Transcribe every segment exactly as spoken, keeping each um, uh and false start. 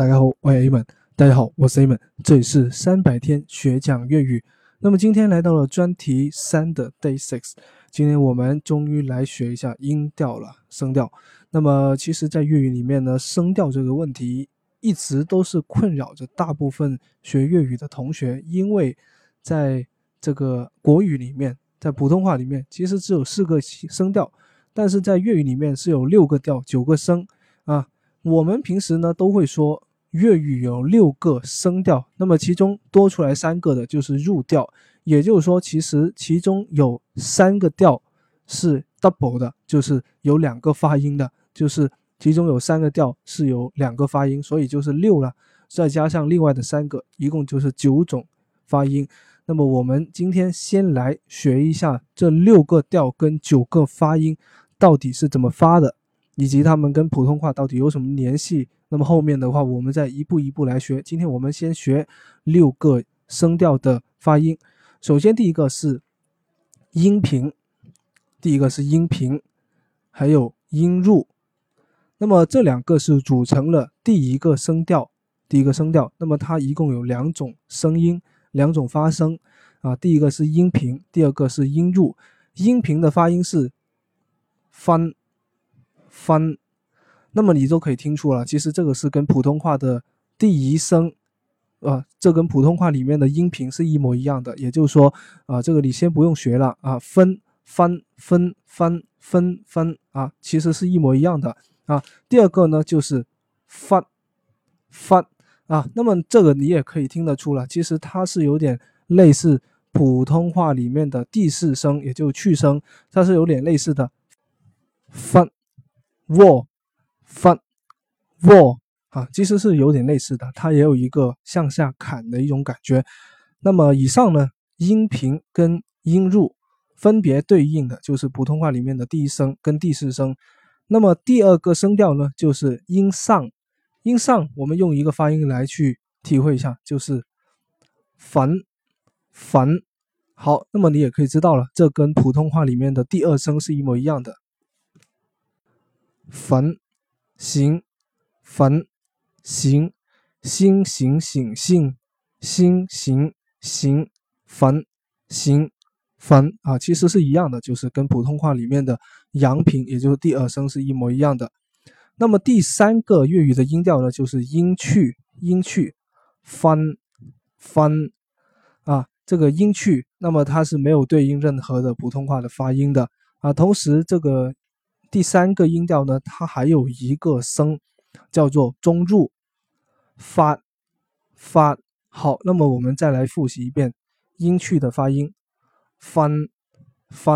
大家好，我是 A 们。大家好，我是 A 们，这里是三百天学讲粤语。那么今天来到了专题三的 Day Six， 今天我们终于来学一下音调了，声调。那么其实在粤语里面呢，声调这个问题一直都是困扰着大部分学粤语的同学，因为在这个国语里面，在普通话里面其实只有四个声调，但是在粤语里面是有六个调，九个声啊。我们平时呢都会说粤语有六个声调，那么其中多出来三个的就是入调，也就是说其实其中有三个调是 double 的，就是有两个发音的，就是其中有三个调是有两个发音，所以就是六了，再加上另外的三个，一共就是九种发音。那么我们今天先来学一下这六个调跟九个发音到底是怎么发的，以及他们跟普通话到底有什么联系。那么后面的话我们再一步一步来学。今天我们先学六个声调的发音。首先第一个是音频，第一个是音频，还有音入。那么这两个是组成了第一个声调，第一个声调。那么它一共有两种声音，两种发声啊。第一个是音频，第二个是音入。音频的发音是翻翻，那么你都可以听出了，其实这个是跟普通话的第一声，呃，这跟普通话里面的音频是一模一样的。也就是说，啊、呃，这个你先不用学了啊，分翻分翻分翻啊，其实是一模一样的啊。第二个呢就是发发啊，那么这个你也可以听得出了，其实它是有点类似普通话里面的第四声，也就是去声，它是有点类似的。发喔发喔啊，其实是有点类似的，它也有一个向下砍的一种感觉。那么以上呢，音频跟音入分别对应的就是普通话里面的第一声跟第四声。那么第二个声调呢，就是音上。音上我们用一个发音来去体会一下，就是烦烦。好，那么你也可以知道了，这跟普通话里面的第二声是一模一样的。烦行烦行心行醒性心行行烦行烦啊，其实是一样的，就是跟普通话里面的阳平，也就是第二声是一模一样的。那么第三个粤语的音调呢，就是音去音去翻翻啊，这个音去，那么它是没有对应任何的普通话的发音的啊。同时这个第三个音调呢，它还有一个声叫做中入发发。好，那么我们再来复习一遍音去的发音，翻翻，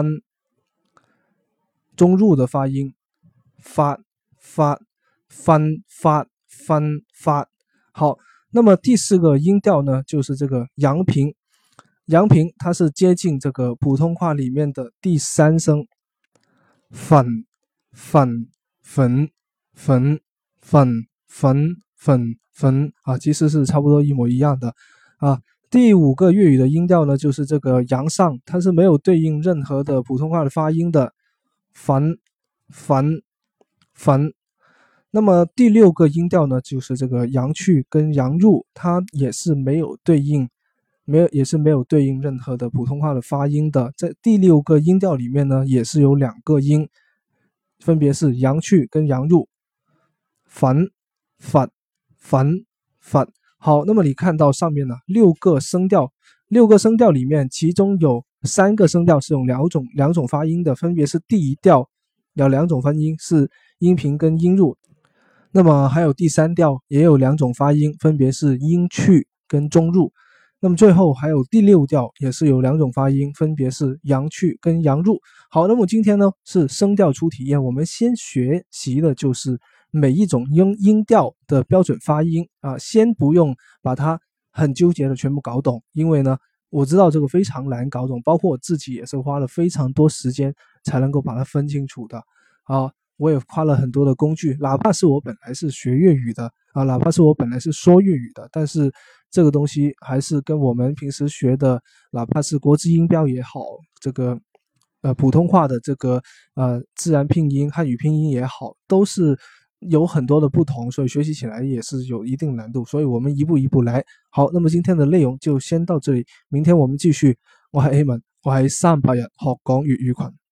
中入的发音发发翻发翻发。好，那么第四个音调呢，就是这个阳平。阳平它是接近这个普通话里面的第三声，粉粉粉粉粉粉粉粉啊，其实是差不多一模一样的啊。第五个粤语的音调呢，就是这个阳上，它是没有对应任何的普通话的发音的，烦烦烦。那么第六个音调呢，就是这个阳去跟阳入，它也是没有对应，没有也是没有对应任何的普通话的发音的。在第六个音调里面呢，也是有两个音，分别是阳去跟阳入，烦反烦反。好，那么你看到上面呢，六个声调，六个声调里面，其中有三个声调是用两种两种发音的，分别是第一调有两种发音是音频跟音入，那么还有第三调也有两种发音，分别是音去跟中入。那么最后还有第六调也是有两种发音，分别是阳去跟阳入。好，那么今天呢是声调初体验，我们先学习的就是每一种音音调的标准发音啊，先不用把它很纠结的全部搞懂，因为呢我知道这个非常难搞懂，包括我自己也是花了非常多时间才能够把它分清楚的啊。我也花了很多的工具，哪怕是我本来是学粤语的啊，哪怕是我本来是说粤语的，但是这个东西还是跟我们平时学的，哪怕是国字音标也好，这个呃普通话的这个呃自然拼音、汉语拼音也好，都是有很多的不同，所以学习起来也是有一定难度，所以我们一步一步来。好，那麼今天嘅內容就先到這裡，明天我們繼續。我係 A 文，我喺三百日學講粵語群。